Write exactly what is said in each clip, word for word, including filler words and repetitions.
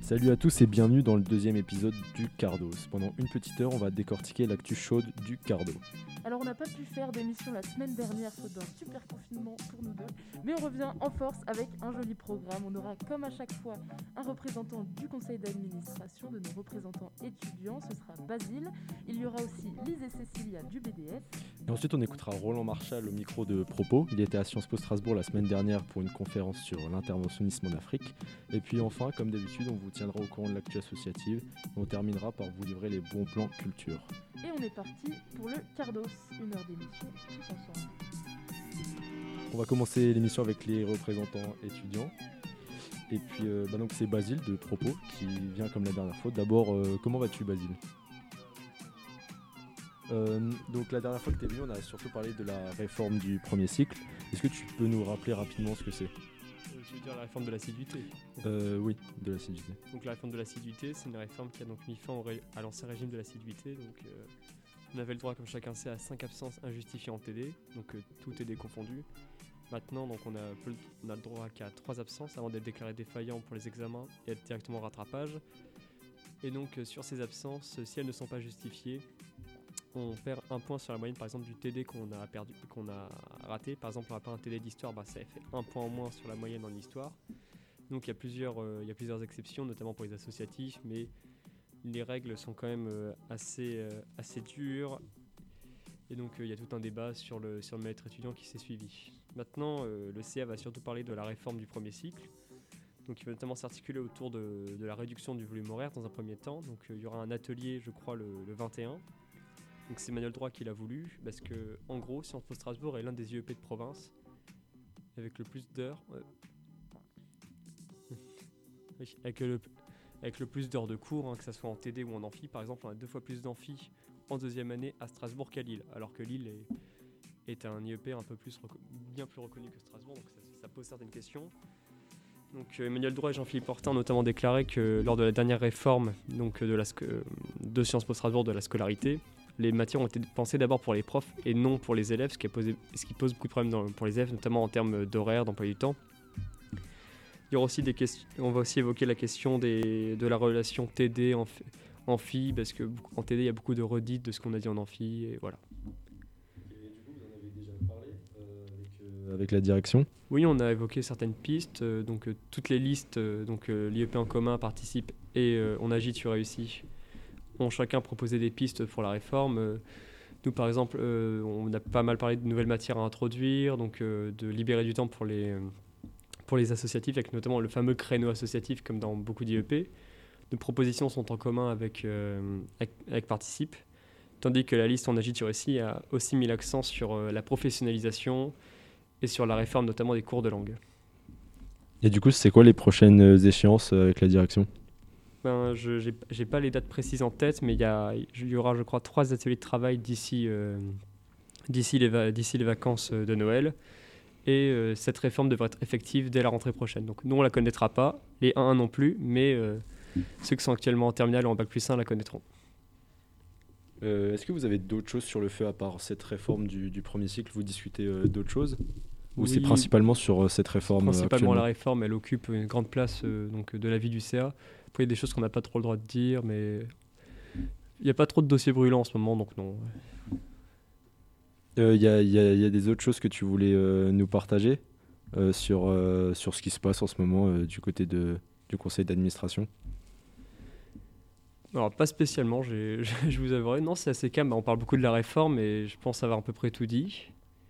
Salut à tous et bienvenue dans le deuxième épisode du Cardos. Pendant une petite heure, on va décortiquer l'actu chaude du Cardo. Alors on n'a pas pu faire d'émission la semaine dernière faute d'un super confinement pour nous deux, mais on revient en force avec un joli programme. On aura comme à chaque fois un représentant du conseil d'administration, de nos représentants étudiants, ce sera Basile. Il y aura aussi Lise et Cécilia du B D S. Et ensuite on écoutera Roland Marchal au micro de Propos. Il était à Sciences Po Strasbourg la semaine dernière pour une conférence sur l'interventionnisme en Afrique. Et puis enfin, comme d'habitude, on vous tiendra au courant de l'actu associative. Et on terminera par vous livrer les bons plans culture. Et on est parti pour le Cardos, une heure d'émission tous ensemble. On va commencer l'émission avec les représentants étudiants. Et puis euh, bah donc c'est Basile de Propos qui vient comme la dernière fois. D'abord, euh, comment vas-tu Basile ? euh, Donc la dernière fois que tu es venu, on a surtout parlé de la réforme du premier cycle. Est-ce que tu peux nous rappeler rapidement ce que c'est ? Tu veux dire la réforme de l'assiduité ? euh, Oui, de l'assiduité. Donc la réforme de l'assiduité, c'est une réforme qui a donc mis fin au ré- à l'ancien régime de l'assiduité. Donc euh, on avait le droit, comme chacun sait, à cinq absences injustifiées en T D, donc euh, tout T D confondu. Maintenant, donc on a, peu, on a le droit qu'à trois absences avant d'être déclaré défaillant pour les examens et être directement en rattrapage. Et donc euh, sur ces absences, si elles ne sont pas justifiées, on perd un point sur la moyenne, par exemple, du T D qu'on a perdu, qu'on a raté. Par exemple, on n'a pas un T D d'histoire, bah, ça fait un point en moins sur la moyenne en histoire. Donc il y a plusieurs, euh, il y a plusieurs exceptions, notamment pour les associatifs, mais les règles sont quand même euh, assez, euh, assez dures. Et donc il euh, y a tout un débat sur le, sur le mal-être étudiant qui s'est suivi. Maintenant, euh, le C A va surtout parler de la réforme du premier cycle. Donc il va notamment s'articuler autour de, de la réduction du volume horaire dans un premier temps. Donc il euh, y aura un atelier, je crois, le, le vingt et un. Donc c'est Emmanuel Droit qui l'a voulu, parce que en gros, Sciences Po Strasbourg est l'un des I E P de province, avec le plus d'heures... Euh... oui, avec, le, avec le plus d'heures de cours, hein, que ce soit en T D ou en amphi. Par exemple, on a deux fois plus d'amphi en deuxième année à Strasbourg qu'à Lille, alors que Lille est, est un I E P un peu plus reco- bien plus reconnu que Strasbourg, donc ça, ça pose certaines questions. Donc euh, Emmanuel Droit et Jean-Philippe Hortin ont notamment déclaré que lors de la dernière réforme donc, de, la, de Sciences Po Strasbourg de la scolarité, les matières ont été pensées d'abord pour les profs et non pour les élèves, ce qui, a posé, ce qui pose beaucoup de problèmes dans, pour les élèves, notamment en termes d'horaire, d'emploi du temps. Il y aura aussi des questions, on va aussi évoquer la question des, de la relation T D amphi, amphi parce qu'en T D il y a beaucoup de redites de ce qu'on a dit en amphi, et voilà. Et du coup, vous en avez déjà parlé euh, avec, euh, avec la direction ? Oui, on a évoqué certaines pistes, euh, donc euh, toutes les listes, euh, donc euh, l'I E P en commun participe et euh, On agit, tu réussis, ont chacun proposé des pistes pour la réforme. Euh, nous, par exemple, euh, on a pas mal parlé de nouvelles matières à introduire, donc euh, de libérer du temps pour les, pour les associatifs, avec notamment le fameux créneau associatif, comme dans beaucoup d'I E P. Nos propositions sont en commun avec, euh, avec, avec Participe, tandis que la liste On agit, tu réussis a aussi mis l'accent sur euh, la professionnalisation et sur la réforme notamment des cours de langue. Et du coup, c'est quoi les prochaines échéances avec la direction ? Ben, je j'ai, j'ai pas les dates précises en tête, mais il y, y aura, je crois, trois ateliers de travail d'ici, euh, d'ici, les, va- d'ici les vacances de Noël. Et euh, cette réforme devrait être effective dès la rentrée prochaine. Donc nous, on la connaîtra pas, les un un non plus, mais euh, ceux qui sont actuellement en terminale ou en bac plus un la connaîtront. Euh, est-ce que vous avez d'autres choses sur le feu à part cette réforme du, du premier cycle ? Vous discutez euh, d'autres choses ? Ou Oui, c'est principalement sur euh, cette réforme principalement euh, la réforme, elle occupe une grande place euh, donc, de la vie du C A. Après, il y a des choses qu'on n'a pas trop le droit de dire, mais il n'y a pas trop de dossiers brûlants en ce moment, donc non. Il euh, y, y, y a des autres choses que tu voulais euh, nous partager euh, sur, euh, sur ce qui se passe en ce moment euh, du côté de, du conseil d'administration ? Alors, pas spécialement, j'ai, je vous avouerai. Non, c'est assez calme. On parle beaucoup de la réforme et je pense avoir à peu près tout dit.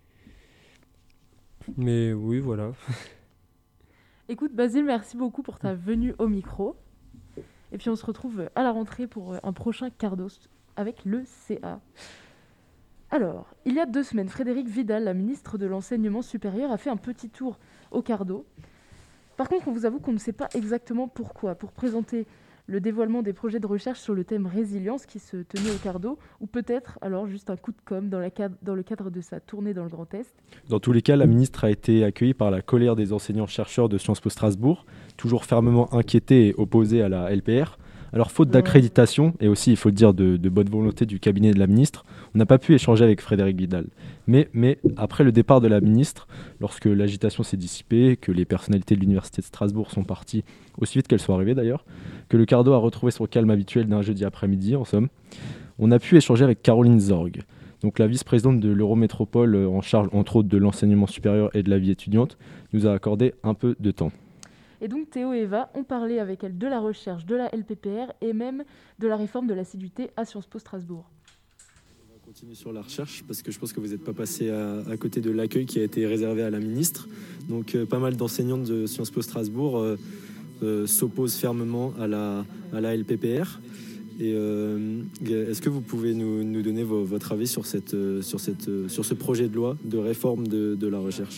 Mais oui, voilà. Écoute Basile, merci beaucoup pour ta venue au micro. Et puis on se retrouve à la rentrée pour un prochain Cardos avec le C A. Alors, il y a deux semaines, Frédérique Vidal, la ministre de l'Enseignement supérieur, a fait un petit tour au Cardo. Par contre, on vous avoue qu'on ne sait pas exactement pourquoi. Pour présenter le dévoilement des projets de recherche sur le thème résilience qui se tenait au Cardo, ou peut-être alors juste un coup de com' dans, la cadre, dans le cadre de sa tournée dans le Grand Est. Dans tous les cas, la ministre a été accueillie par la colère des enseignants-chercheurs de Sciences Po Strasbourg, toujours fermement inquiétés et opposés à la L P R. Alors, faute Ouais. d'accréditation, et aussi, il faut le dire, de, de bonne volonté du cabinet de la ministre, on n'a pas pu échanger avec Frédérique Vidal. Mais, mais après le départ de la ministre, lorsque l'agitation s'est dissipée, que les personnalités de l'Université de Strasbourg sont parties, aussi vite qu'elles sont arrivées d'ailleurs, que le Cardo a retrouvé son calme habituel d'un jeudi après-midi, en somme, on a pu échanger avec Caroline Zorg, donc la vice-présidente de l'Eurométropole euh, en charge entre autres de l'enseignement supérieur et de la vie étudiante, nous a accordé un peu de temps. Et donc Théo et Eva ont parlé avec elle de la recherche, de la L P P R et même de la réforme de l'assiduité à Sciences Po Strasbourg. On va continuer sur la recherche parce que je pense que vous n'êtes pas passé à, à côté de l'accueil qui a été réservé à la ministre. Donc euh, pas mal d'enseignantes de Sciences Po Strasbourg euh, euh, s'opposent fermement à la, à la L P P R. Et euh, est-ce que vous pouvez nous, nous donner vo- votre avis sur, cette, euh, sur, cette, euh, sur ce projet de loi de réforme de, de la recherche ?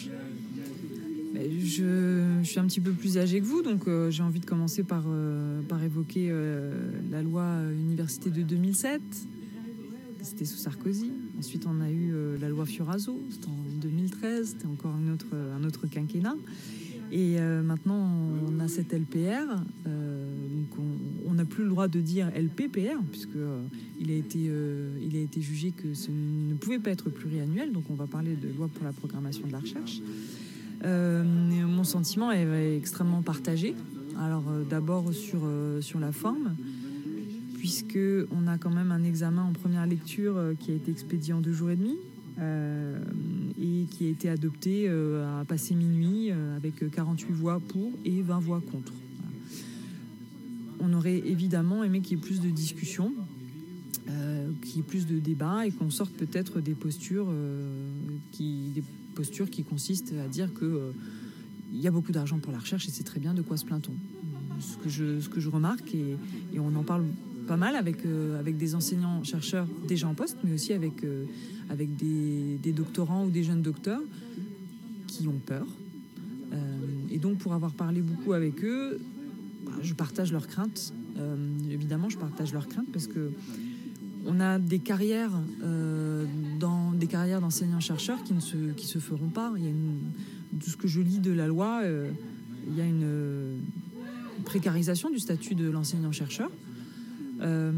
Je, je suis un petit peu plus âgée que vous, donc euh, j'ai envie de commencer par, euh, par évoquer euh, la loi université de deux mille sept. C'était sous Sarkozy. Ensuite, on a eu euh, la loi Fioraso, c'était en deux mille treize, c'était encore une autre, un autre quinquennat. Et euh, maintenant, on a cette L P R. Euh, donc on n'a plus le droit de dire L P P R, puisque euh, il a été, euh, il a été jugé que ce ne pouvait pas être pluriannuel. Donc on va parler de loi pour la programmation de la recherche. Euh, mon sentiment est, est extrêmement partagé. Alors euh, d'abord sur, euh, sur la forme, puisque on a quand même un examen en première lecture euh, qui a été expédié en deux jours et demi euh, et qui a été adopté euh, à passer minuit euh, avec quarante-huit voix pour et vingt voix contre. Voilà. On aurait évidemment aimé qu'il y ait plus de discussions, euh, qu'il y ait plus de débats et qu'on sorte peut-être des postures euh, qui... Des posture qui consiste à dire que euh, il y a beaucoup d'argent pour la recherche et c'est très bien, de quoi se plaint-on. Ce que je, ce que je remarque, et, et on en parle pas mal avec, euh, avec des enseignants-chercheurs déjà en poste, mais aussi avec, euh, avec des, des doctorants ou des jeunes docteurs qui ont peur. Euh, et donc pour avoir parlé beaucoup avec eux, bah, je partage leurs craintes. Euh, évidemment, je partage leurs craintes parce que on a des carrières, euh, dans, des carrières d'enseignants-chercheurs qui ne se, qui se feront pas. Il y a une, de ce que je lis de la loi, euh, il y a une, euh, précarisation du statut de l'enseignant-chercheur. Euh,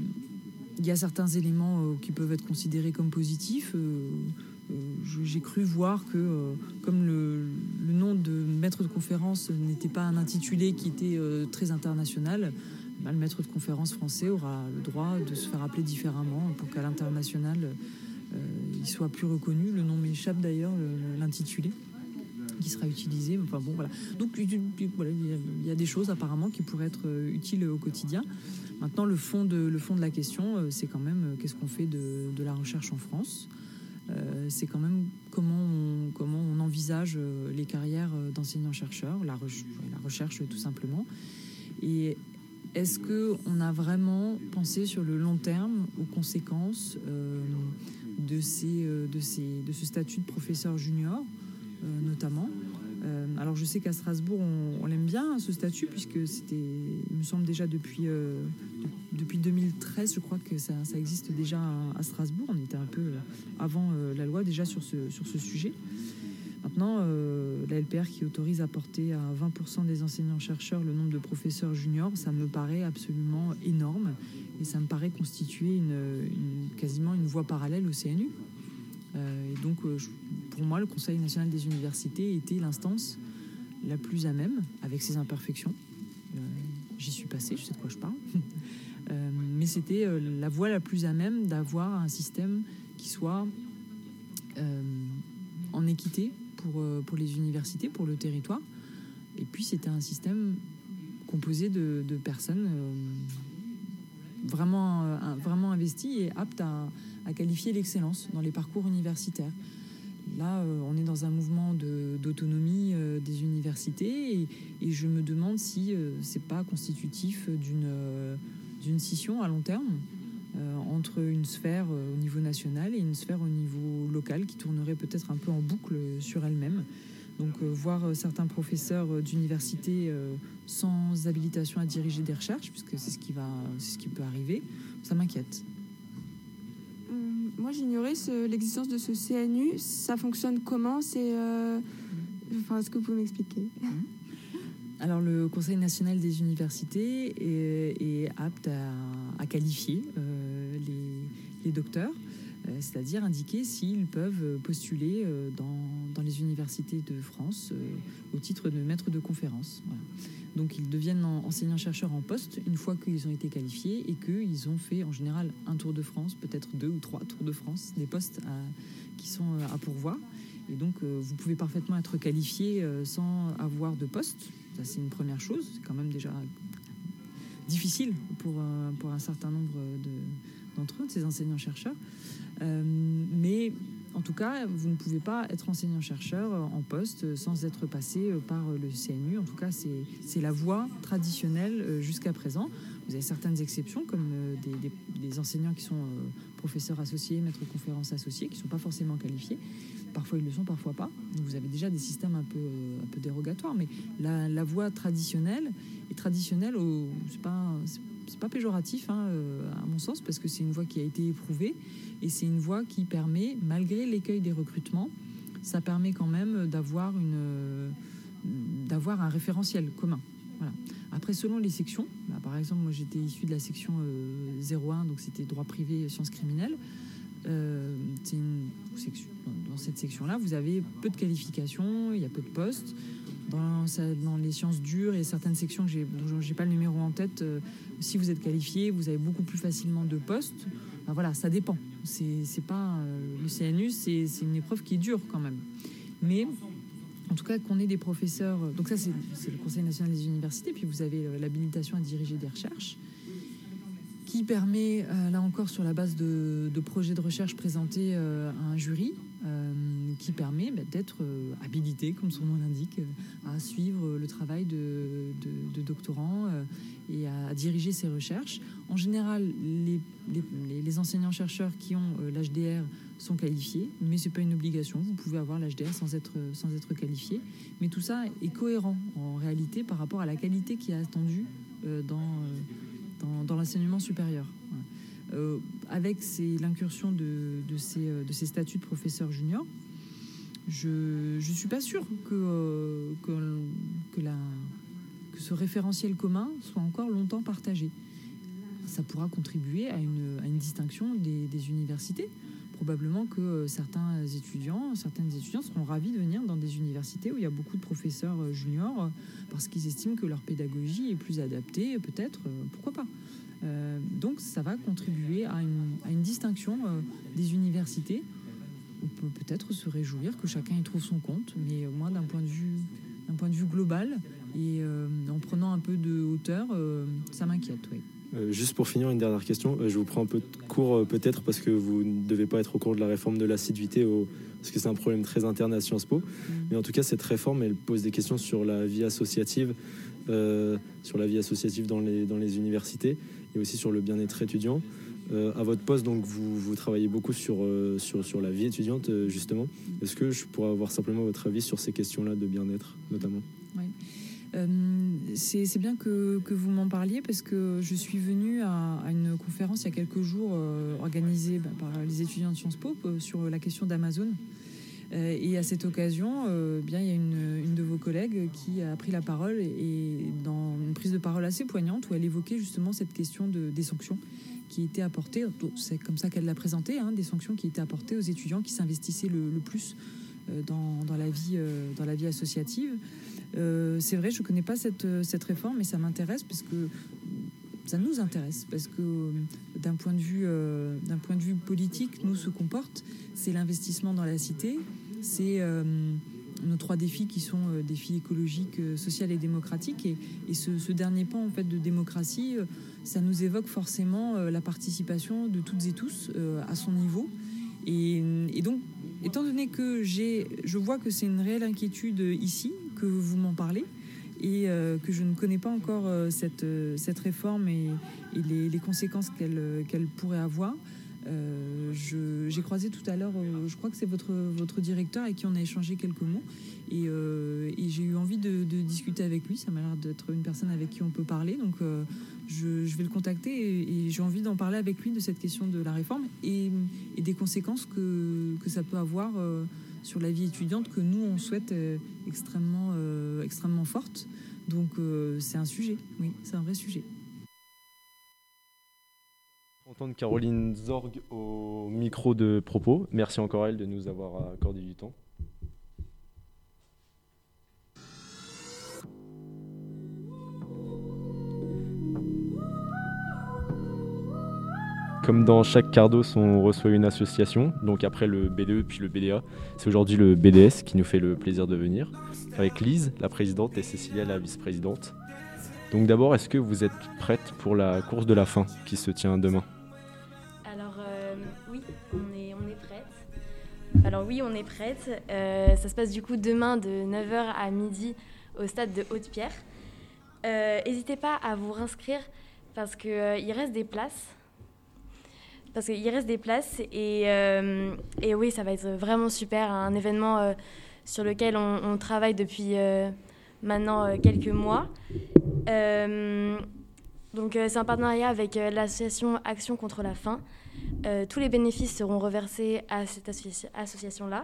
il y a certains éléments euh, qui peuvent être considérés comme positifs. Euh, euh, j'ai cru voir que, euh, comme le, le nom de maître de conférence n'était pas un intitulé qui était euh, très international, le maître de conférence français aura le droit de se faire appeler différemment pour qu'à l'international, euh, il soit plus reconnu. Le nom m'échappe d'ailleurs, le, l'intitulé qui sera utilisé. Enfin bon, voilà. Donc voilà, il y a des choses apparemment qui pourraient être utiles au quotidien. Maintenant, le fond de, le fond de la question, c'est quand même qu'est-ce qu'on fait de, de la recherche en France. Euh, c'est quand même comment on, comment on envisage les carrières d'enseignants-chercheurs, la, re- la recherche tout simplement. Et est-ce qu'on a vraiment pensé sur le long terme aux conséquences euh, de, ces, euh, de, ces, de ce statut de professeur junior, euh, notamment euh, Alors je sais qu'à Strasbourg, on, on l'aime bien, ce statut, puisque c'était, il me semble déjà depuis, euh, depuis deux mille treize, je crois que ça, ça existe déjà à, à Strasbourg. On était un peu avant euh, la loi déjà sur ce, sur ce sujet. Maintenant, euh, la L P R qui autorise à porter à vingt pour cent des enseignants-chercheurs le nombre de professeurs juniors, ça me paraît absolument énorme et ça me paraît constituer une, une, quasiment une voie parallèle au C N U. Euh, et donc, euh, je, pour moi, le Conseil national des universités était l'instance la plus à même, avec ses imperfections. Euh, j'y suis passée, je sais de quoi je parle. euh, mais c'était euh, la voie la plus à même d'avoir un système qui soit euh, en équité pour, pour les universités, pour le territoire. Et puis, c'était un système composé de, de personnes euh, vraiment, euh, vraiment investies et aptes à, à qualifier l'excellence dans les parcours universitaires. Là, euh, on est dans un mouvement de, d'autonomie euh, des universités et, et je me demande si euh, c'est pas constitutif d'une, euh, d'une scission à long terme euh, entre une sphère euh, au niveau national et une sphère au niveau local qui tournerait peut-être un peu en boucle sur elle-même. Donc euh, voir euh, certains professeurs euh, d'université euh, sans habilitation à diriger des recherches, puisque c'est ce qui va, c'est ce qui peut arriver, ça m'inquiète. Hum, moi, j'ignorais ce, l'existence de ce C N U. Ça fonctionne comment ? C'est, euh... enfin, est-ce que vous pouvez m'expliquer ? Alors, le Conseil national des universités est, est apte à, à qualifier euh, les, les docteurs, euh, c'est-à-dire indiquer s'ils peuvent postuler euh, dans, dans les universités de France euh, au titre de maître de conférence. Voilà. Donc, ils deviennent enseignants-chercheurs en poste une fois qu'ils ont été qualifiés et qu'ils ont fait en général un tour de France, peut-être deux ou trois tours de France, des postes à, qui sont à pourvoir. Et donc, euh, vous pouvez parfaitement être qualifié euh, sans avoir de poste. Ça, c'est une première chose. C'est quand même déjà difficile pour, euh, pour un certain nombre de, d'entre eux, de ces enseignants-chercheurs. Euh, mais en tout cas, vous ne pouvez pas être enseignant-chercheur en poste sans être passé par le C N U. En tout cas, c'est, c'est la voie traditionnelle jusqu'à présent. Vous avez certaines exceptions, comme des, des, des enseignants qui sont professeurs associés, maîtres de conférences associés, qui ne sont pas forcément qualifiés. Parfois, ils le sont, parfois pas. Donc, vous avez déjà des systèmes un peu, un peu dérogatoires. Mais la, la voie traditionnelle est traditionnelle, au, c'est pas, c'est, c'est pas péjoratif, hein, à mon sens, parce que c'est une voie qui a été éprouvée. Et c'est une voie qui permet, malgré l'écueil des recrutements, ça permet quand même d'avoir, une, d'avoir un référentiel commun. Voilà. Après, selon les sections, bah, par exemple, moi j'étais issue de la section euh, zéro un, donc c'était droit privé, sciences criminelles. Euh, c'est une section, dans cette section-là, vous avez peu de qualifications, il y a peu de postes. Dans, dans les sciences dures et certaines sections que j'ai, dont j'ai pas le numéro en tête, euh, si vous êtes qualifié, vous avez beaucoup plus facilement de postes. Ben voilà, ça dépend. C'est, c'est pas euh, le C N U, c'est, c'est une épreuve qui est dure quand même. Mais en tout cas, qu'on ait des professeurs. Donc ça, c'est, c'est le Conseil national des universités. Puis vous avez l'habilitation à diriger des recherches, qui permet, euh, là encore, sur la base de, de projets de recherche présentés euh, à un jury, euh, qui permet bah, d'être euh, habilité, comme son nom l'indique, euh, à suivre le travail de, de, de doctorants euh, et à, à diriger ces recherches. En général, les, les, les enseignants-chercheurs qui ont euh, l'H D R sont qualifiés, mais ce n'est pas une obligation. Vous pouvez avoir l'H D R sans être, sans être qualifié. Mais tout ça est cohérent, en réalité, par rapport à la qualité qui est attendue euh, dans... Euh, Dans, dans l'enseignement supérieur. Euh, avec ces, l'incursion de, de, ces, de ces statuts de professeur junior, je ne suis pas sûre que, euh, que, que, la, que ce référentiel commun soit encore longtemps partagé. Ça pourra contribuer à une, à une distinction des, des universités. Probablement que certains étudiants, certaines étudiants seront ravis de venir dans des universités où il y a beaucoup de professeurs juniors parce qu'ils estiment que leur pédagogie est plus adaptée, peut-être, pourquoi pas. Euh, donc ça va contribuer à une, à une distinction euh, des universités. On peut peut-être se réjouir que chacun y trouve son compte, mais moi, d'un point de vue, d'un point de vue global et euh, en prenant un peu de hauteur, euh, ça m'inquiète, oui. Euh, juste pour finir, une dernière question. Euh, je vous prends un peu de cours euh, peut-être parce que vous ne devez pas être au cours de la réforme de l'assiduité au... parce que c'est un problème très interne à Sciences Po. Mmh. Mais en tout cas, cette réforme, elle pose des questions sur la vie associative, euh, sur la vie associative dans les, dans les universités et aussi sur le bien-être étudiant. Euh, à votre poste, donc, vous, vous travaillez beaucoup sur, euh, sur, sur la vie étudiante, euh, justement. Est-ce que je pourrais avoir simplement votre avis sur ces questions-là de bien-être, notamment ? Oui. Euh, c'est, c'est bien que, que vous m'en parliez parce que je suis venue à, à une conférence il y a quelques jours euh, organisée bah, par les étudiants de Sciences Po euh, sur la question d'Amazon. Euh, et à cette occasion, euh, bien, il y a une, une de vos collègues qui a pris la parole et, et dans une prise de parole assez poignante où elle évoquait justement cette question de, des sanctions qui étaient apportées, c'est comme ça qu'elle l'a présenté, hein, des sanctions qui étaient apportées aux étudiants qui s'investissaient le, le plus euh, dans, dans, la vie, euh, dans la vie associative. Euh, c'est vrai, je ne connais pas cette, cette réforme, mais ça m'intéresse parce que ça nous intéresse, parce que d'un point de vue, euh, d'un point de vue politique, nous, ce qu'on porte, c'est l'investissement dans la cité, c'est euh, nos trois défis qui sont euh, défis écologiques, euh, sociaux et démocratiques, et, et ce, ce dernier pan en fait de démocratie, euh, ça nous évoque forcément euh, la participation de toutes et tous euh, à son niveau, et, et donc, étant donné que j'ai, je vois que c'est une réelle inquiétude ici, que vous m'en parlez, et euh, que je ne connais pas encore euh, cette, euh, cette réforme et, et les, les conséquences qu'elle, qu'elle pourrait avoir. Euh, je, j'ai croisé tout à l'heure, euh, je crois que c'est votre, votre directeur avec qui on a échangé quelques mots, et, euh, et j'ai eu envie de, de discuter avec lui. Ça m'a l'air d'être une personne avec qui on peut parler, donc euh, je, je vais le contacter et, et j'ai envie d'en parler avec lui de cette question de la réforme et, et des conséquences que, que ça peut avoir euh, sur la vie étudiante que nous on souhaite euh, extrêmement, euh, extrêmement forte. Donc euh, c'est un sujet, oui, c'est un vrai sujet. Entendre Caroline Zorg au micro de Propos. Merci encore à elle de nous avoir accordé du temps. Comme dans chaque Cardos, on reçoit une association, donc après le B D E puis le B D A. C'est aujourd'hui le B D S qui nous fait le plaisir de venir, avec Lise, la présidente, et Cécilia, la vice-présidente. Donc d'abord, est-ce que vous êtes prête pour la course de la faim qui se tient demain ? Alors euh, oui, on est, on est prête. Alors oui, on est prête. Euh, ça se passe du coup demain de neuf heures à midi au stade de Haute-Pierre. Euh, n'hésitez pas à vous réinscrire parce qu'il euh, reste des places. Parce qu'il reste des places et, euh, et oui, ça va être vraiment super. Un événement euh, sur lequel on, on travaille depuis euh, maintenant euh, quelques mois. Euh, donc euh, c'est un partenariat avec euh, l'association Action contre la faim. Euh, tous les bénéfices seront reversés à cette associ- association-là.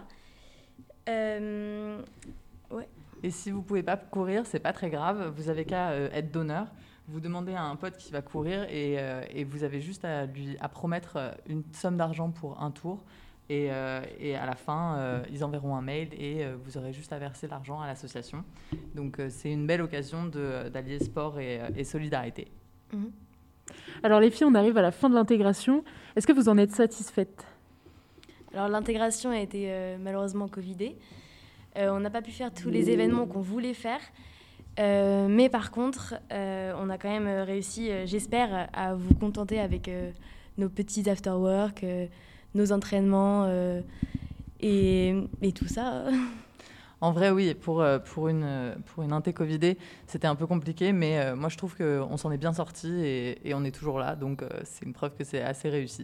Euh, ouais. Et si vous ne pouvez pas courir, c'est pas très grave. Vous avez qu'à euh, être donneur. Vous demandez à un pote qui va courir et, euh, et vous avez juste à lui à promettre une somme d'argent pour un tour. Et, euh, et à la fin, euh, ils enverront un mail et euh, vous aurez juste à verser l'argent à l'association. Donc euh, c'est une belle occasion de, d'allier sport et, et solidarité. Mmh. Alors les filles, on arrive à la fin de l'intégration. Est-ce que vous en êtes satisfaites ? Alors l'intégration a été euh, malheureusement covidée. Euh, on n'a pas pu faire tous les événements qu'on voulait faire. Euh, mais par contre, euh, on a quand même réussi, euh, j'espère, à vous contenter avec euh, nos petits after-work, euh, nos entraînements euh, et, et tout ça. En vrai, oui, pour, pour une, pour une inté covidée, c'était un peu compliqué, mais euh, moi je trouve qu'on s'en est bien sorti et, et on est toujours là, donc euh, c'est une preuve que c'est assez réussi.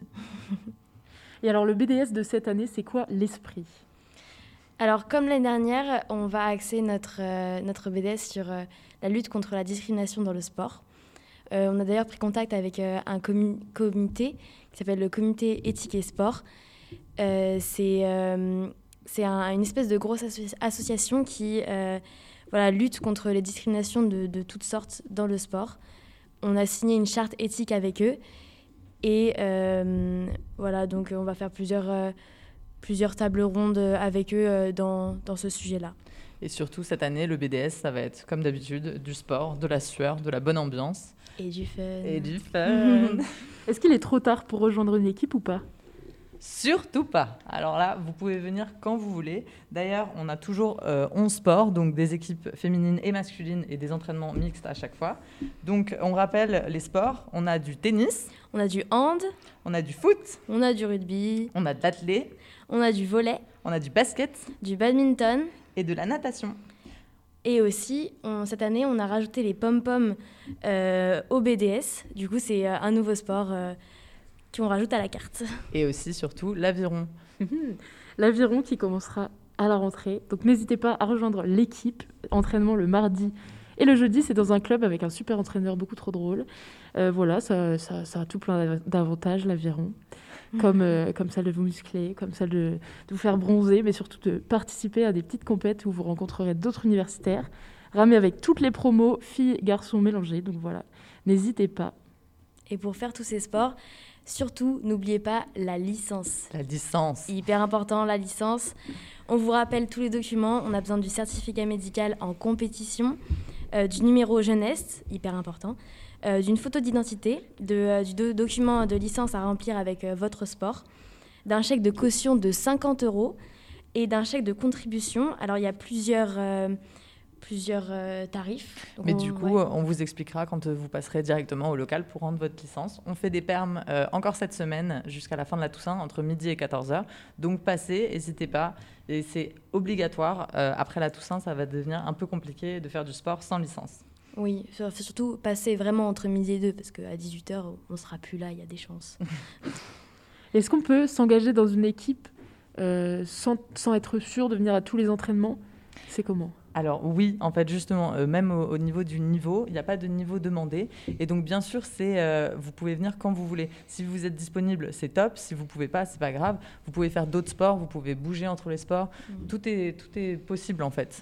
Et alors le B D S de cette année, c'est quoi l'esprit ? Alors, comme l'année dernière, on va axer notre, euh, notre B D S sur euh, la lutte contre la discrimination dans le sport. Euh, on a d'ailleurs pris contact avec euh, un comi- comité qui s'appelle le comité éthique et sport. Euh, c'est euh, c'est un, une espèce de grosse asso- association qui euh, voilà, lutte contre les discriminations de, de toutes sortes dans le sport. On a signé une charte éthique avec eux. Et euh, voilà, donc on va faire plusieurs... Euh, plusieurs tables rondes avec eux dans, dans ce sujet-là. Et surtout, cette année, le B D S, ça va être, comme d'habitude, du sport, de la sueur, de la bonne ambiance. Et du fun. Et du fun. Est-ce qu'il est trop tard pour rejoindre une équipe ou pas ? Surtout pas. Alors là, vous pouvez venir quand vous voulez. D'ailleurs, on a toujours euh, onze sports, donc des équipes féminines et masculines et des entraînements mixtes à chaque fois. Donc, on rappelle les sports. On a du tennis. On a du hand. On a du foot. On a du rugby. On a de l'athlé. On a du volley. On a du basket. Du badminton. Et de la natation. Et aussi, on, cette année, on a rajouté les pom-poms euh, au B D S. Du coup, c'est euh, un nouveau sport euh, qu'on rajoute à la carte. Et aussi, surtout, l'aviron. L'aviron qui commencera à la rentrée. Donc, n'hésitez pas à rejoindre l'équipe. Entraînement le mardi et le jeudi. C'est dans un club avec un super entraîneur beaucoup trop drôle. Euh, voilà, ça, ça, ça a tout plein d'avantages, l'aviron. Comme, euh, comme celle de vous muscler, comme celle de, de vous faire bronzer, mais surtout de participer à des petites compètes où vous rencontrerez d'autres universitaires, ramés avec toutes les promos, filles, garçons mélangés. Donc voilà, n'hésitez pas. Et pour faire tous ces sports, surtout, n'oubliez pas la licence. La licence. Hyper important, la licence. On vous rappelle tous les documents. On a besoin du certificat médical en compétition, euh, du numéro jeunesse, hyper important, Euh, d'une photo d'identité, de, euh, du do- document de licence à remplir avec euh, votre sport, d'un chèque de caution de cinquante euros et d'un chèque de contribution. Alors, il y a plusieurs, euh, plusieurs euh, tarifs. Donc Mais on, du coup, ouais. on vous expliquera quand vous passerez directement au local pour rendre votre licence. On fait des perms euh, encore cette semaine jusqu'à la fin de la Toussaint, entre midi et quatorze heures. Donc, passez, n'hésitez pas. Et c'est obligatoire. Euh, après la Toussaint, ça va devenir un peu compliqué de faire du sport sans licence. Oui, sur- surtout passer vraiment entre midi et deux, parce qu'à dix-huit heures, on ne sera plus là, il y a des chances. Est-ce qu'on peut s'engager dans une équipe euh, sans, sans être sûr de venir à tous les entraînements ? C'est comment ? Alors oui, en fait, justement, euh, même au, au niveau du niveau, il n'y a pas de niveau demandé. Et donc, bien sûr, c'est, euh, vous pouvez venir quand vous voulez. Si vous êtes disponible, c'est top. Si vous ne pouvez pas, c'est pas grave. Vous pouvez faire d'autres sports, vous pouvez bouger entre les sports. Mm. Tout est, tout est possible, en fait.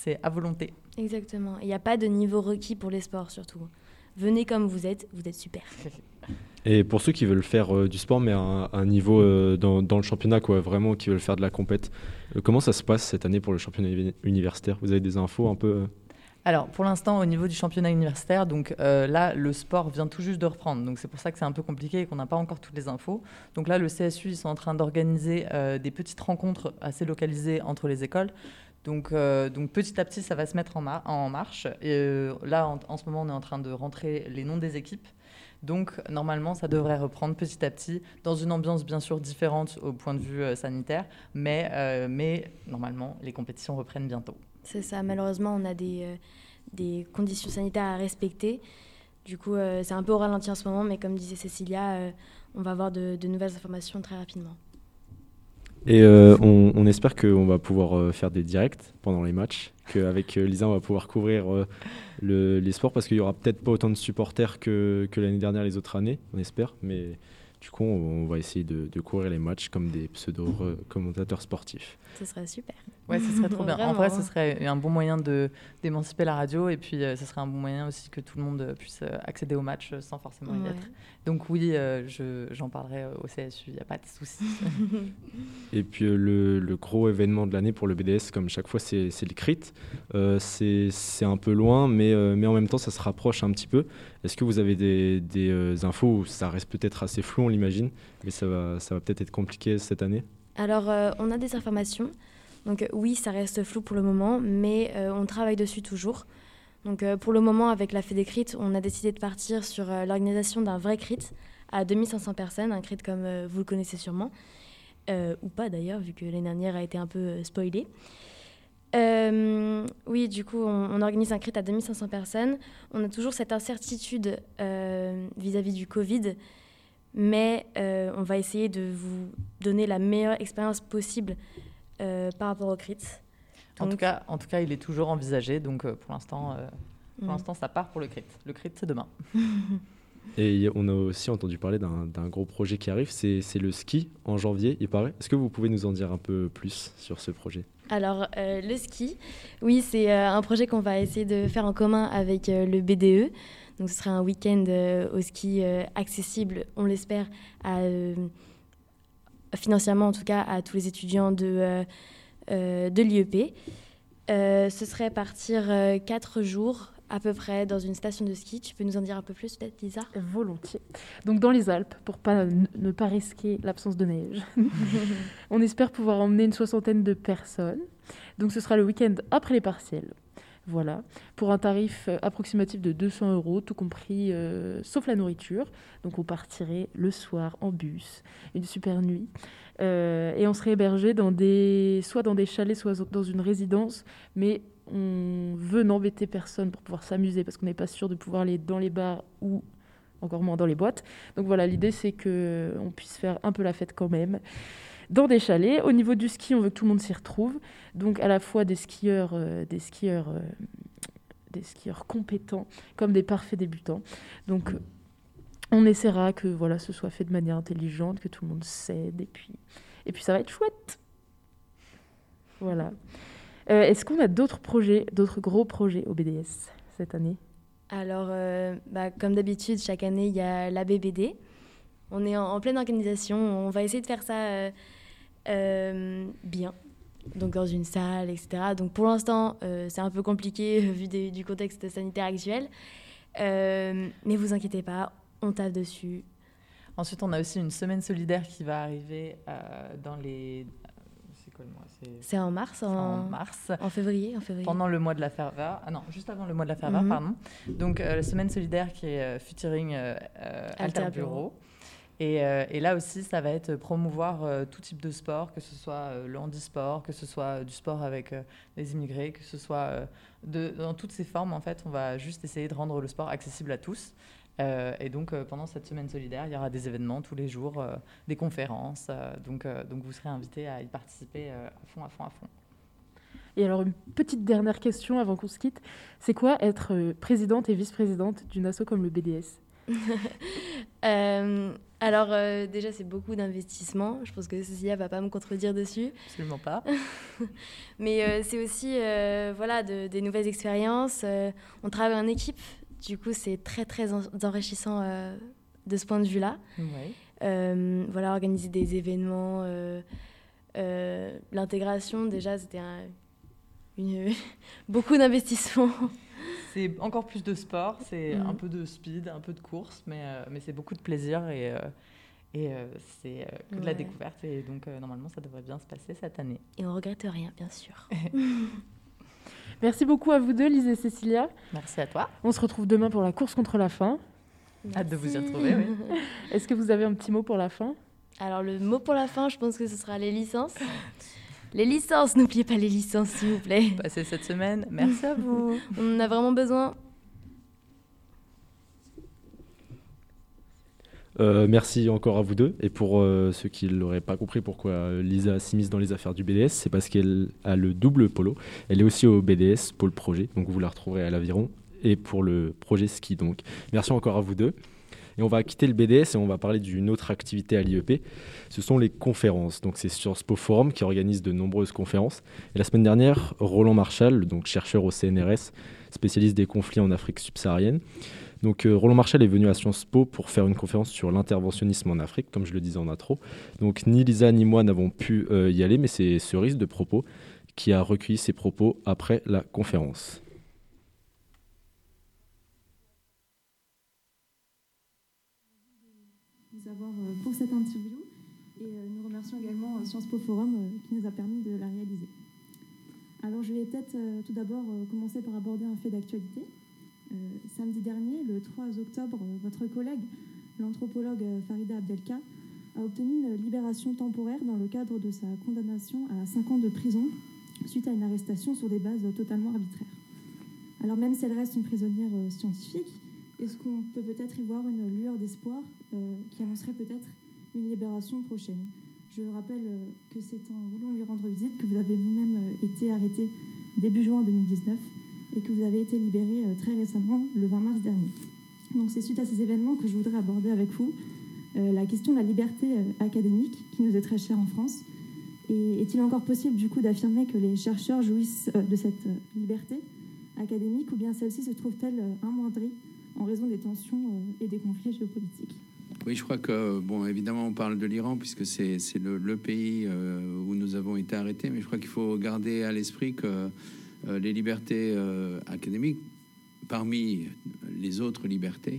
c'est à volonté. Exactement. Il n'y a pas de niveau requis pour les sports, surtout. Venez comme vous êtes, vous êtes super. Et pour ceux qui veulent faire euh, du sport, mais à un, un niveau euh, dans, dans le championnat, quoi, vraiment, qui veulent faire de la compète, euh, comment ça se passe cette année pour le championnat uni- universitaire? Vous avez des infos un peu euh Alors, pour l'instant, au niveau du championnat universitaire, donc euh, là, le sport vient tout juste de reprendre. Donc, c'est pour ça que c'est un peu compliqué et qu'on n'a pas encore toutes les infos. Donc là, le C S U, ils sont en train d'organiser euh, des petites rencontres assez localisées entre les écoles. Donc, euh, donc petit à petit, ça va se mettre en, mar- en marche. Et euh, là, en, en ce moment, on est en train de rentrer les noms des équipes. Donc, normalement, ça devrait reprendre petit à petit, dans une ambiance bien sûr différente au point de vue euh, sanitaire. Mais, euh, mais normalement, les compétitions reprennent bientôt. C'est ça, malheureusement, on a des, euh, des conditions sanitaires à respecter. Du coup, euh, c'est un peu au ralenti en ce moment, mais comme disait Cécilia, euh, on va avoir de, de nouvelles informations très rapidement. Et euh, on, on espère qu'on va pouvoir euh, faire des directs pendant les matchs, qu'avec euh, Lisa, on va pouvoir couvrir euh, le, les sports, parce qu'il n'y aura peut-être pas autant de supporters que, que l'année dernière, les autres années, on espère. Mais du coup, on, on va essayer de, de couvrir les matchs comme des pseudo-commentateurs sportifs. Ce serait super. Ouais, ce serait trop bien. En vrai, ce Vraiment. serait un bon moyen de d'émanciper la radio et puis euh, ce serait un bon moyen aussi que tout le monde euh, puisse euh, accéder au match euh, sans forcément y Ouais. être. Donc oui, euh, je, j'en parlerai euh, au C S U, il n'y a pas de souci. Et puis euh, le, le gros événement de l'année pour le B D S, comme chaque fois, c'est, c'est le C R I T. Euh, c'est, c'est un peu loin, mais, euh, mais en même temps, ça se rapproche un petit peu. Est-ce que vous avez des, des euh, infos où ça reste peut-être assez flou, on l'imagine, mais ça va, ça va peut-être être compliqué cette année? Alors, euh, on a des informations. Donc euh, oui, ça reste flou pour le moment, mais euh, on travaille dessus toujours. Donc euh, pour le moment, avec la Fédé C R I T, on a décidé de partir sur euh, l'organisation d'un vrai C R I T à deux mille cinq cents personnes, un C R I T comme euh, vous le connaissez sûrement, euh, ou pas d'ailleurs, vu que l'année dernière a été un peu euh, spoilée. Euh, oui, du coup, on, on organise un C R I T à deux mille cinq cents personnes. On a toujours cette incertitude euh, vis-à-vis du Covid, mais euh, on va essayer de vous donner la meilleure expérience possible euh, par rapport au C R I T. En, Donc, tout cas, en tout cas, il est toujours envisagé, donc euh, pour l'instant, euh, pour mm. l'instant, ça part pour le C R I T. Le C R I T, c'est demain. Et y a- on a aussi entendu parler d'un, d'un gros projet qui arrive, c'est, c'est le ski en janvier, il paraît. Est-ce que vous pouvez nous en dire un peu plus sur ce projet? Alors, euh, le ski, oui, c'est euh, un projet qu'on va essayer de faire en commun avec euh, le B D E. Donc, ce sera un week-end euh, au ski euh, accessible, on l'espère, à, euh, financièrement en tout cas, à tous les étudiants de, euh, euh, de l'I E P. Euh, ce serait partir euh, quatre jours à peu près dans une station de ski. Tu peux nous en dire un peu plus peut-être, Lisa? Volontiers. Donc dans les Alpes, pour pas, ne pas risquer l'absence de neige. On espère pouvoir emmener une soixantaine de personnes. Donc ce sera le week-end après les partiels. Voilà, pour un tarif euh, approximatif de deux cents euros, tout compris, euh, sauf la nourriture. Donc on partirait le soir en bus, une super nuit. Euh, et on serait hébergé dans des, soit dans des chalets, soit dans une résidence. Mais on veut n'embêter personne pour pouvoir s'amuser, parce qu'on n'est pas sûr de pouvoir aller dans les bars ou encore moins dans les boîtes. Donc voilà, l'idée c'est qu'on puisse faire un peu la fête quand même dans des chalets. Au niveau du ski, on veut que tout le monde s'y retrouve. Donc à la fois des skieurs, euh, des skieurs, euh, des skieurs compétents comme des parfaits débutants. Donc euh, on essaiera que voilà, ce soit fait de manière intelligente, que tout le monde cède, et puis, et puis ça va être chouette. Voilà. Euh, est-ce qu'on a d'autres projets, d'autres gros projets au B D S cette année? Alors, euh, bah, comme d'habitude, chaque année, il y a l'A B B D. On est en, en pleine organisation. On va essayer de faire ça euh, euh, bien, donc dans une salle, et cetera. Donc pour l'instant, euh, c'est un peu compliqué vu des- du contexte sanitaire actuel. Euh, mais vous inquiétez pas, on tape dessus. Ensuite, on a aussi une semaine solidaire qui va arriver euh, dans les... C'est quoi le mois? C'est C'est en mars, en, en mars. en février, en février. Pendant le mois de la ferveur. Ah non, juste avant le mois de la ferveur, Mhm. pardon. Donc, euh, la semaine solidaire qui est euh, featuring euh, euh, Alter Alter Bureau. Et, euh, et là aussi, ça va être promouvoir euh, tout type de sport, que ce soit euh, le handisport, que ce soit euh, du sport avec euh, les immigrés, que ce soit euh, de, dans toutes ces formes. En fait, on va juste essayer de rendre le sport accessible à tous. Euh, et donc, euh, pendant cette semaine solidaire, il y aura des événements tous les jours, euh, des conférences. euh, donc, euh, donc, vous serez invités à y participer euh, à fond, à fond, à fond. Et alors, une petite dernière question avant qu'on se quitte. C'est quoi être euh, présidente et vice-présidente d'une asso comme le B D S? Euh, Alors euh, déjà, c'est beaucoup d'investissement. Je pense que Cécilia va pas me contredire dessus. Absolument pas. Mais euh, c'est aussi euh, voilà, de, des nouvelles expériences. Euh, on travaille en équipe. Du coup, c'est très, très en- enrichissant euh, de ce point de vue-là. Ouais. Euh, voilà, organiser des événements. Euh, euh, l'intégration, déjà, c'était un, une, beaucoup d'investissement. C'est encore plus de sport, c'est Mhm. un peu de speed, un peu de course, mais, euh, mais c'est beaucoup de plaisir et, euh, et euh, c'est euh, que de la Ouais. découverte. Et donc, euh, normalement, ça devrait bien se passer cette année. Et on regrette rien, bien sûr. Merci beaucoup à vous deux, Lise et Cécilia. Merci à toi. On se retrouve demain pour la course contre la faim. Hâte de vous y Merci. retrouver, oui. Est-ce que vous avez un petit mot pour la fin? Alors, le mot pour la fin, je pense que ce sera les licences. Les licences, n'oubliez pas les licences, s'il vous plaît. Passez cette semaine. Merci à vous. On en a vraiment besoin. Euh, merci encore à vous deux. Et pour euh, ceux qui ne l'auraient pas compris pourquoi euh, Lisa s'immisce dans les affaires du B D S, c'est parce qu'elle a le double polo. Elle est aussi au B D S, pôle projet, donc vous la retrouverez à l'Aviron, et pour le projet ski. Donc merci encore à vous deux. Et on va quitter le B D S et on va parler d'une autre activité à l'I E P. Ce sont les conférences. Donc c'est Sciences Po Forum qui organise de nombreuses conférences. Et la semaine dernière, Roland Marchal, donc chercheur au C N R S, spécialiste des conflits en Afrique subsaharienne. Donc euh, Roland Marchal est venu à Sciences Po pour faire une conférence sur l'interventionnisme en Afrique, comme je le disais en intro. Donc ni Lisa ni moi n'avons pu euh, y aller, mais c'est Cerise de Propos qui a recueilli ses propos après la conférence. Nous avoir euh, pour cette interview et euh, nous remercions également euh, Sciences Po Forum euh, qui nous a permis de la réaliser. Alors je vais peut-être euh, tout d'abord euh, commencer par aborder un fait d'actualité. Euh, samedi dernier, le trois octobre, euh, votre collègue, l'anthropologue euh, Farida Abdelka, a obtenu une libération temporaire dans le cadre de sa condamnation à cinq ans de prison suite à une arrestation sur des bases euh, totalement arbitraires. Alors même si elle reste une prisonnière euh, scientifique, est-ce qu'on peut peut-être y voir une lueur d'espoir euh, qui annoncerait peut-être une libération prochaine? Je rappelle euh, que c'est en voulant lui rendre visite que vous avez vous-même euh, été arrêté début juin deux mille dix-neuf et que vous avez été libéré euh, très récemment, le vingt mars dernier. Donc c'est suite à ces événements que je voudrais aborder avec vous euh, la question de la liberté euh, académique qui nous est très chère en France. Et est-il encore possible du coup d'affirmer que les chercheurs jouissent euh, de cette euh, liberté académique ou bien celle-ci se trouve-t-elle euh, amoindrie en raison des tensions euh, et des conflits géopolitiques? Oui, je crois que, bon, évidemment, on parle de l'Iran puisque c'est, c'est le, le pays euh, où nous avons été arrêtés, mais je crois qu'il faut garder à l'esprit que euh, les libertés euh, académiques, parmi les autres libertés,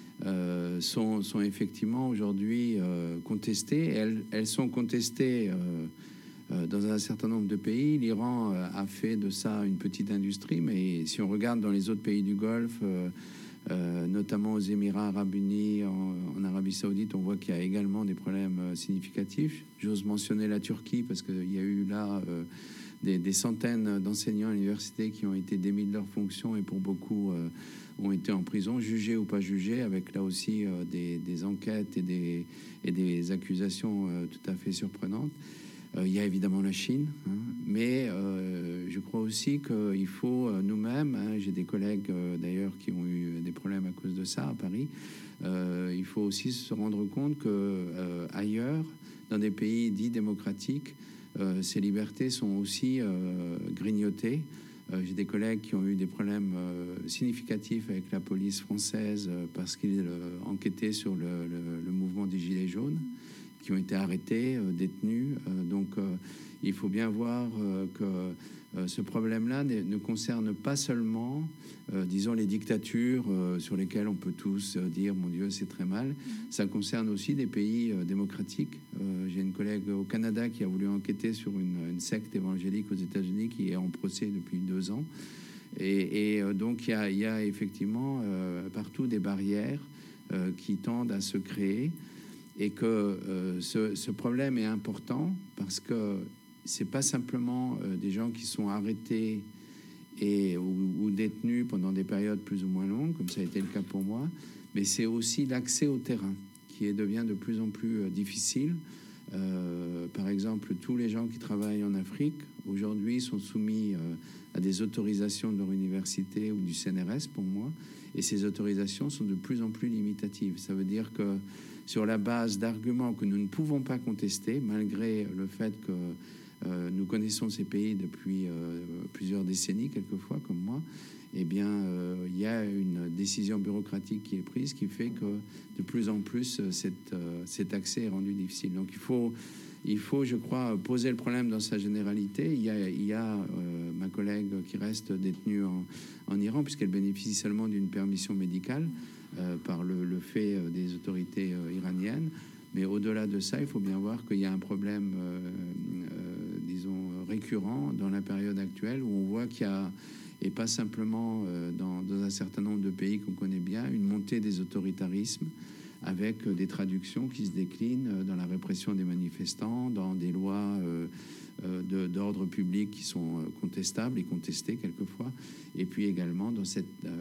euh, sont, sont effectivement aujourd'hui euh, contestées. Elles, elles sont contestées euh, euh, dans un certain nombre de pays. L'Iran euh, a fait de ça une petite industrie, mais si on regarde dans les autres pays du Golfe, euh, Euh, notamment aux Émirats arabes unis, en, en Arabie saoudite, on voit qu'il y a également des problèmes euh, significatifs. J'ose mentionner la Turquie parce qu'il y a eu là euh, des, des centaines d'enseignants à l'université qui ont été démis de leurs fonctions et pour beaucoup euh, ont été en prison, jugés ou pas jugés, avec là aussi euh, des, des enquêtes et des, et des accusations euh, tout à fait surprenantes. Euh, il y a évidemment la Chine, hein, mais euh, je crois aussi qu'il faut euh, nous-mêmes, hein, j'ai des collègues euh, d'ailleurs qui ont eu des problèmes à cause de ça à Paris, euh, il faut aussi se rendre compte que euh, ailleurs, dans des pays dits démocratiques, euh, ces libertés sont aussi euh, grignotées. Euh, j'ai des collègues qui ont eu des problèmes euh, significatifs avec la police française euh, parce qu'ils euh, enquêtaient sur le, le, le mouvement des Gilets jaunes, qui ont été arrêtés, euh, détenus. Euh, donc, euh, il faut bien voir euh, que euh, ce problème-là ne, ne concerne pas seulement, euh, disons, les dictatures euh, sur lesquelles on peut tous euh, dire « mon Dieu, c'est très mal ». Ça concerne aussi des pays euh, démocratiques. Euh, j'ai une collègue au Canada qui a voulu enquêter sur une, une secte évangélique aux États-Unis qui est en procès depuis deux ans. Et, et euh, donc, il y a, il y a effectivement euh, partout des barrières euh, qui tendent à se créer. Et que euh, ce, ce problème est important parce que c'est pas simplement euh, des gens qui sont arrêtés et, ou, ou détenus pendant des périodes plus ou moins longues, comme ça a été le cas pour moi, mais c'est aussi l'accès au terrain qui est, devient de plus en plus euh, difficile. Euh, par exemple, tous les gens qui travaillent en Afrique, aujourd'hui, sont soumis euh, à des autorisations de leur université ou du C N R S, pour moi, et ces autorisations sont de plus en plus limitatives. Ça veut dire que sur la base d'arguments que nous ne pouvons pas contester, malgré le fait que euh, nous connaissons ces pays depuis euh, plusieurs décennies, quelquefois, comme moi, eh bien, euh, il y a une décision bureaucratique qui est prise qui fait que de plus en plus, cette, euh, cet accès est rendu difficile. Donc, il faut, il faut, je crois, poser le problème dans sa généralité. Il y a, il y a euh, ma collègue qui reste détenue en, en Iran, puisqu'elle bénéficie seulement d'une permission médicale euh, par le, le fait euh, des autorités euh, iraniennes. Mais au-delà de ça, il faut bien voir qu'il y a un problème, euh, euh, disons, récurrent dans la période actuelle, où on voit qu'il y a, et pas simplement euh, dans, dans un certain nombre de pays qu'on connaît bien, une montée des autoritarismes avec euh, des traductions qui se déclinent euh, dans la répression des manifestants, dans des lois euh, euh, de, d'ordre public qui sont euh, contestables et contestées quelquefois, et puis également dans cette euh,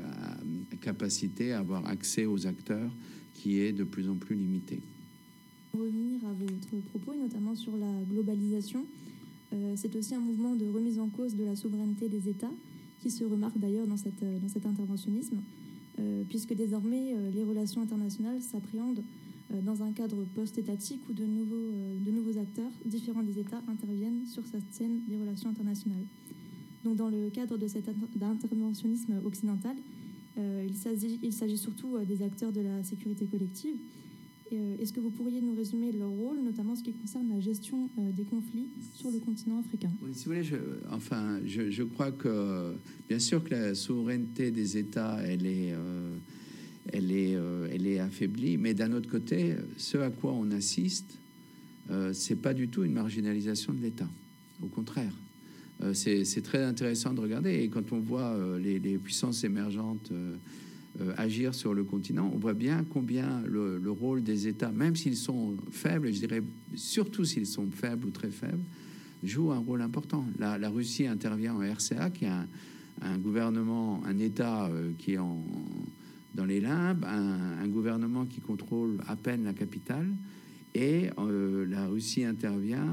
capacité à avoir accès aux acteurs qui est de plus en plus limitée. Pour revenir à votre propos, et notamment sur la globalisation, euh, c'est aussi un mouvement de remise en cause de la souveraineté des États, qui se remarque d'ailleurs dans, cette, dans cet interventionnisme, euh, puisque désormais euh, les relations internationales s'appréhendent euh, dans un cadre post-étatique où de nouveaux, euh, de nouveaux acteurs différents des États interviennent sur cette scène des relations internationales. Donc dans le cadre de cet interventionnisme occidental, euh, il s'agit, il s'agit surtout euh, des acteurs de la sécurité collective. Est-ce que vous pourriez nous résumer leur rôle, notamment en ce qui concerne la gestion des conflits sur le continent africain? Oui, si vous voulez, je, enfin, je, je crois que, bien sûr que la souveraineté des États, elle est, euh, elle est, euh, elle est affaiblie, mais d'un autre côté, ce à quoi on assiste, euh, c'est pas du tout une marginalisation de l'État. Au contraire, euh, c'est, c'est très intéressant de regarder. Et quand on voit euh, les, les puissances émergentes euh, Euh, agir sur le continent, on voit bien combien le, le rôle des États, même s'ils sont faibles, je dirais surtout s'ils sont faibles ou très faibles, joue un rôle important. La, la Russie intervient en R C A, qui est un, un gouvernement, un État euh, qui est en, dans les limbes, un, un gouvernement qui contrôle à peine la capitale, et euh, la Russie intervient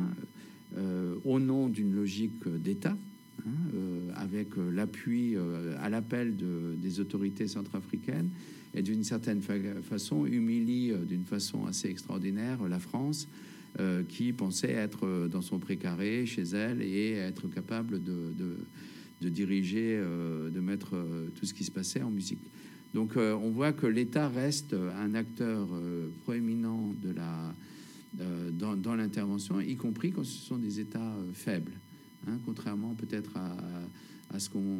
euh, au nom d'une logique d'État, Hein, euh, avec euh, l'appui euh, à l'appel de, des autorités centrafricaines, et d'une certaine fa- façon humilie euh, d'une façon assez extraordinaire la France, euh, qui pensait être dans son précaré chez elle et être capable de, de, de diriger, euh, de mettre euh, tout ce qui se passait en musique. Donc euh, on voit que l'État reste un acteur euh, proéminent de la, euh, dans, dans l'intervention, y compris quand ce sont des États euh, faibles. Hein, contrairement peut-être à, à, ce qu'on,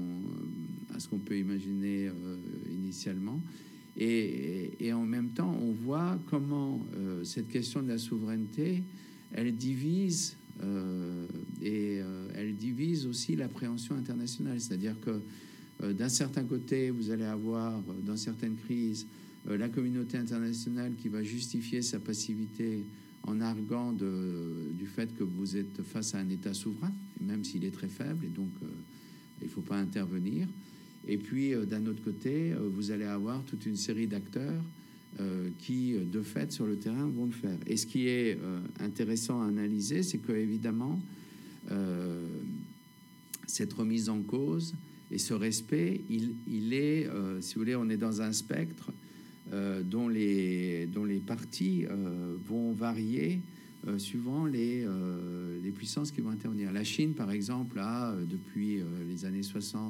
à ce qu'on peut imaginer euh, initialement. Et, et, et en même temps, on voit comment euh, cette question de la souveraineté, elle divise, euh, et euh, elle divise aussi l'appréhension internationale. C'est-à-dire que euh, d'un certain côté, vous allez avoir, dans certaines crises, euh, la communauté internationale qui va justifier sa passivité en arguant de, du fait que vous êtes face à un État souverain, même s'il est très faible, et donc euh, il ne faut pas intervenir. Et puis, euh, d'un autre côté, euh, vous allez avoir toute une série d'acteurs euh, qui, de fait, sur le terrain, vont le faire. Et ce qui est euh, intéressant à analyser, c'est que, évidemment, euh, cette remise en cause et ce respect, il, il est, euh, si vous voulez, on est dans un spectre Euh, dont, les, dont les parties euh, vont varier euh, suivant les, euh, les puissances qui vont intervenir. La Chine, par exemple, a, euh, depuis euh, les années soixante,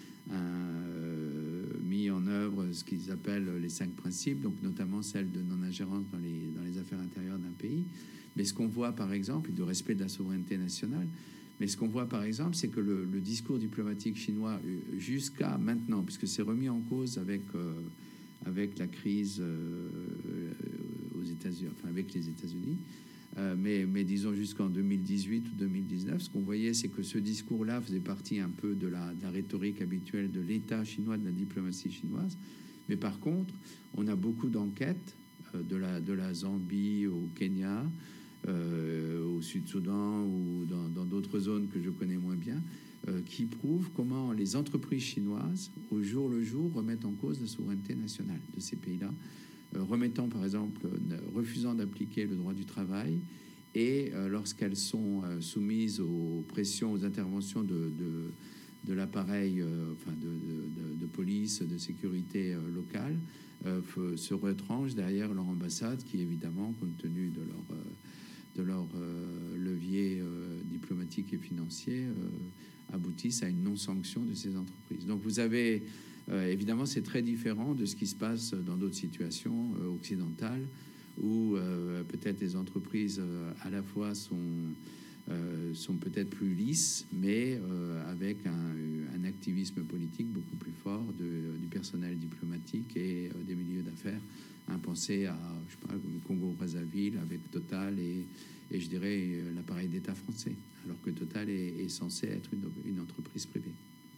euh, mis en œuvre ce qu'ils appellent les cinq principes, donc notamment celle de non-ingérence dans les, dans les affaires intérieures d'un pays. Mais ce qu'on voit, par exemple, et de respect de la souveraineté nationale, mais ce qu'on voit, par exemple, c'est que le, le discours diplomatique chinois, jusqu'à maintenant, puisque c'est remis en cause avec... Euh, avec la crise euh, aux États-Unis, enfin avec les États-Unis, euh, mais, mais disons jusqu'en deux mille dix-huit ou deux mille dix-neuf, ce qu'on voyait, c'est que ce discours-là faisait partie un peu de la, de la rhétorique habituelle de l'État chinois, de la diplomatie chinoise. Mais par contre, on a beaucoup d'enquêtes euh, de, la, de la Zambie au Kenya, euh, au Sud-Soudan ou dans, dans d'autres zones que je connais moins bien, Euh, qui prouve comment les entreprises chinoises, au jour le jour, remettent en cause la souveraineté nationale de ces pays-là, euh, remettant, par exemple, euh, refusant d'appliquer le droit du travail et euh, lorsqu'elles sont euh, soumises aux pressions, aux interventions de, de, de l'appareil euh, enfin de, de, de, de police, de sécurité euh, locale, euh, se retranchent derrière leur ambassade qui, évidemment, compte tenu de leur, euh, de leur euh, levier euh, diplomatique et financier, euh, aboutissent à une non-sanction de ces entreprises. Donc vous avez, euh, évidemment, c'est très différent de ce qui se passe dans d'autres situations euh, occidentales, où euh, peut-être les entreprises euh, à la fois sont, euh, sont peut-être plus lisses, mais euh, avec un, un activisme politique beaucoup plus fort de, du personnel diplomatique et euh, des milieux d'affaires. Hein, pensez à, je sais pas, le Congo-Brazzaville avec Total et, et je dirais l'appareil d'État français, alors que Total est, est censé être une, une entreprise privée.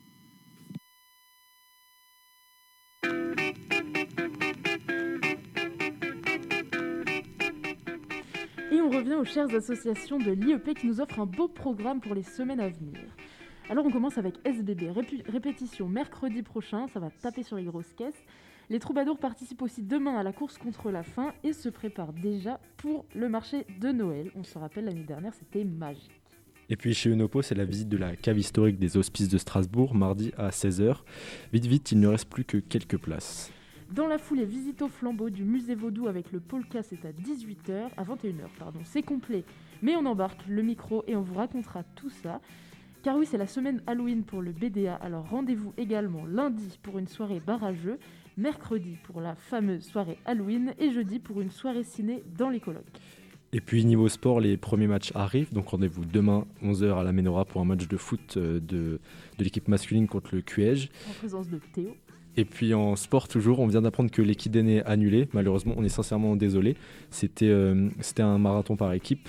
Et on revient aux chères associations de l'I E P qui nous offrent un beau programme pour les semaines à venir. Alors on commence avec S B B, Répé- répétition mercredi prochain, ça va taper sur les grosses caisses. Les troubadours participent aussi demain à la course contre la faim et se préparent déjà pour le marché de Noël. On se rappelle, l'année dernière, c'était magique. Et puis chez Unopo, c'est la visite de la cave historique des Hospices de Strasbourg, mardi à seize heures. Vite, vite, il ne reste plus que quelques places. Dans la foulée, visite au flambeau du musée Vaudou avec le polka, c'est à dix-huit heures, à vingt et une heures, pardon. C'est complet, mais on embarque le micro et on vous racontera tout ça. Car oui, c'est la semaine Halloween pour le B D A, alors rendez-vous également lundi pour une soirée bar à jeux, mercredi pour la fameuse soirée Halloween et jeudi pour une soirée ciné dans les colocs. Et puis niveau sport, les premiers matchs arrivent, donc rendez-vous demain onze heures à la Ménora pour un match de foot de, de l'équipe masculine contre le Cuège. En présence de Théo. Et puis en sport toujours, on vient d'apprendre que l'Equidène est annulé. Malheureusement, on est sincèrement désolé. C'était, euh, c'était un marathon par équipe.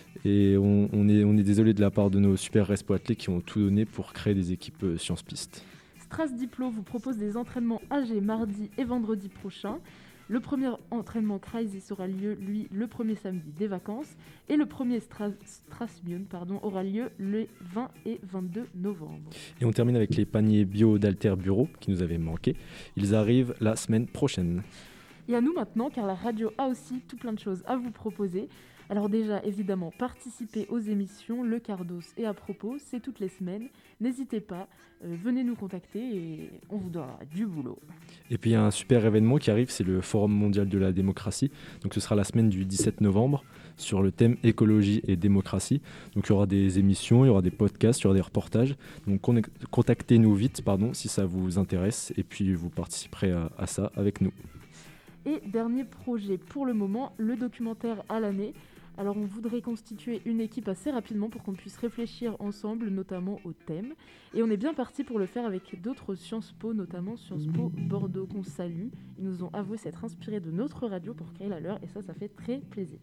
Et on, on, est, on est désolé de la part de nos super respo athlètes qui ont tout donné pour créer des équipes euh, Sciences Piste. Stras Diplo vous propose des entraînements âgés mardi et vendredi prochain. Le premier entraînement Crisis aura lieu, lui, le premier samedi des vacances. Et le premier Stras, Strasmion pardon, aura lieu le vingt et vingt-deux novembre. Et on termine avec les paniers bio d'Alter Bureau qui nous avaient manqué. Ils arrivent la semaine prochaine. Et à nous maintenant, car la radio a aussi tout plein de choses à vous proposer. Alors déjà, évidemment, participez aux émissions, le Cardos et à propos, c'est toutes les semaines. N'hésitez pas, euh, venez nous contacter et on vous donnera du boulot. Et puis il y a un super événement qui arrive, c'est le Forum mondial de la démocratie. Donc ce sera la semaine du dix-sept novembre sur le thème écologie et démocratie. Donc il y aura des émissions, il y aura des podcasts, il y aura des reportages. Donc con- contactez-nous vite pardon, si ça vous intéresse et puis vous participerez à, à ça avec nous. Et dernier projet pour le moment, le documentaire à l'année. Alors on voudrait constituer une équipe assez rapidement pour qu'on puisse réfléchir ensemble, notamment au thème. Et on est bien parti pour le faire avec d'autres Sciences Po, notamment Sciences Po Bordeaux qu'on salue. Ils nous ont avoué s'être inspirés de notre radio pour créer la leur et ça, ça fait très plaisir.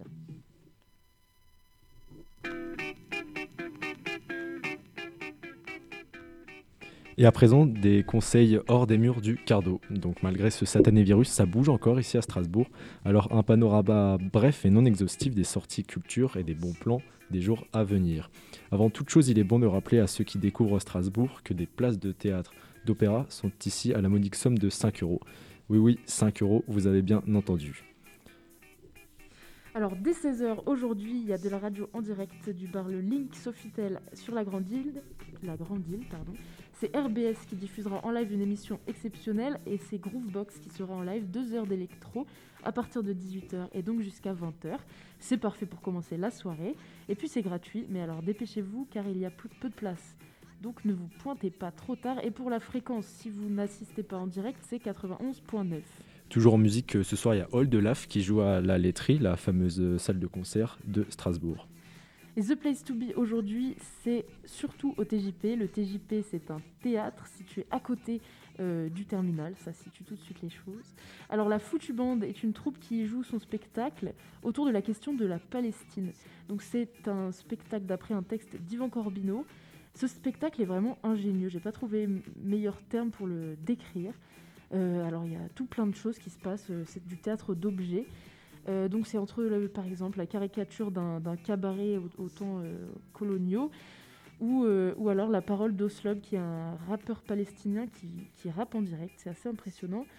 Et à présent, des conseils hors des murs du Cardo. Donc malgré ce satané virus, ça bouge encore ici à Strasbourg. Alors un panorama bref et non exhaustif des sorties culture et des bons plans des jours à venir. Avant toute chose, il est bon de rappeler à ceux qui découvrent Strasbourg que des places de théâtre, d'opéra sont ici à la modique somme de cinq euros. Oui, oui, cinq euros, vous avez bien entendu. Alors dès seize heures aujourd'hui, il y a de la radio en direct du bar Le Link Sofitel sur la Grande Île. La Grande Île, pardon. C'est R B S qui diffusera en live une émission exceptionnelle et c'est Groovebox qui sera en live deux heures d'électro à partir de dix-huit heures et donc jusqu'à vingt heures. C'est parfait pour commencer la soirée et puis c'est gratuit, mais alors dépêchez-vous car il y a peu, peu de place. Donc ne vous pointez pas trop tard et pour la fréquence, si vous n'assistez pas en direct, c'est quatre-vingt-onze virgule neuf. Toujours en musique, ce soir il y a Old Laf qui joue à la laiterie, la fameuse salle de concert de Strasbourg. Et The Place to Be aujourd'hui, c'est surtout au T J P. Le T J P, c'est un théâtre situé à côté euh, du terminal. Ça situe tout de suite les choses. Alors, la Foutu Band est une troupe qui joue son spectacle autour de la question de la Palestine. Donc, c'est un spectacle d'après un texte d'Ivan Corbino. Ce spectacle est vraiment ingénieux. J'ai pas trouvé meilleur terme pour le décrire. Euh, alors, il y a tout plein de choses qui se passent. C'est du théâtre d'objets. Euh, donc c'est entre, le, par exemple, la caricature d'un, d'un cabaret au, au temps euh, coloniaux ou, euh, ou alors la parole d'Oslob qui est un rappeur palestinien qui, qui rappe en direct. C'est assez impressionnant.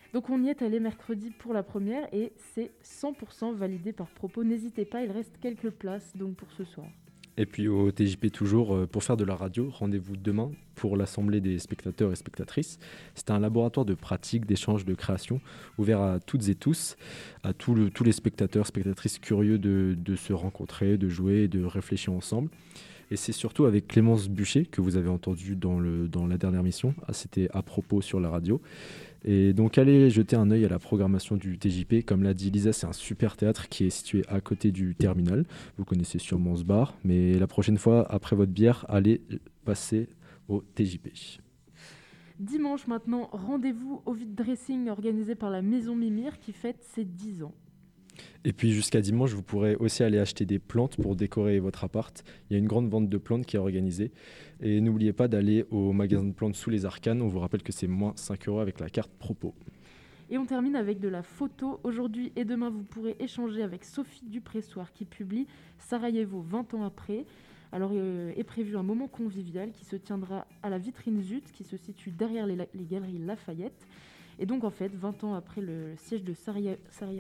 Donc on y est allé mercredi pour la première et c'est cent pour cent validé par Propos. N'hésitez pas, il reste quelques places donc pour ce soir. Et puis au T J P toujours, euh, pour faire de la radio, rendez-vous demain pour l'Assemblée des spectateurs et spectatrices. C'est un laboratoire de pratique, d'échange, de création, ouvert à toutes et tous, à tout le, tous les spectateurs, spectatrices curieux de, de se rencontrer, de jouer et de réfléchir ensemble. Et c'est surtout avec Clémence Bûcher, que vous avez entendu dans, le, dans la dernière mission. Ah, c'était à propos sur la radio. Et donc allez jeter un œil à la programmation du T J P. Comme l'a dit Lisa, c'est un super théâtre qui est situé à côté du terminal. Vous connaissez sûrement ce bar, mais la prochaine fois, après votre bière, allez passer au T J P. Dimanche maintenant, rendez-vous au vide dressing organisé par la Maison Mimir qui fête ses dix ans. Et puis jusqu'à dimanche, vous pourrez aussi aller acheter des plantes pour décorer votre appart. Il y a une grande vente de plantes qui est organisée. Et n'oubliez pas d'aller au magasin de plantes sous les Arcanes. On vous rappelle que c'est moins cinq euros avec la carte Propos. Et on termine avec de la photo. Aujourd'hui et demain, vous pourrez échanger avec Sophie Dupressoir qui publie Sarajevo vingt ans après. Alors euh, est prévu un moment convivial qui se tiendra à la vitrine Zut qui se situe derrière les, les galeries Lafayette. Et donc, en fait, vingt ans après le siège de Sarajevo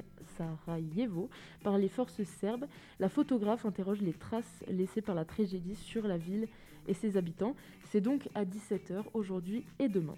par les forces serbes, la photographe interroge les traces laissées par la tragédie sur la ville et ses habitants. C'est donc à dix-sept heures aujourd'hui et demain.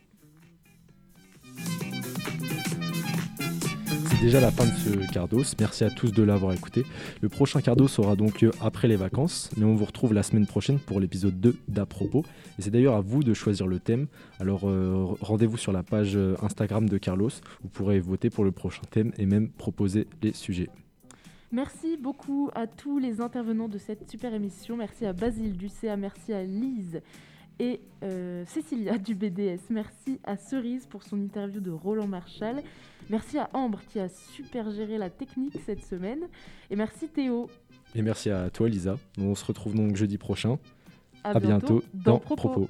C'est déjà la fin de ce Cardos. Merci à tous de l'avoir écouté. Le prochain Cardos aura donc lieu après les vacances, mais on vous retrouve la semaine prochaine pour l'épisode deux d'À propos. Et c'est d'ailleurs à vous de choisir le thème. Alors euh, rendez-vous sur la page Instagram de Carlos. Vous pourrez voter pour le prochain thème et même proposer les sujets. Merci beaucoup à tous les intervenants de cette super émission. Merci à Basile du C A, merci à Lise et euh, Cécilia du B D S. Merci à Cerise pour son interview de Roland Marchal. Merci à Ambre qui a super géré la technique cette semaine. Et merci Théo. Et merci à toi Lisa. On se retrouve donc jeudi prochain. À, à bientôt, bientôt dans, dans Propos. Propos.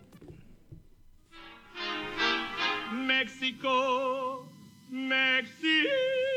Mexico, Mexico.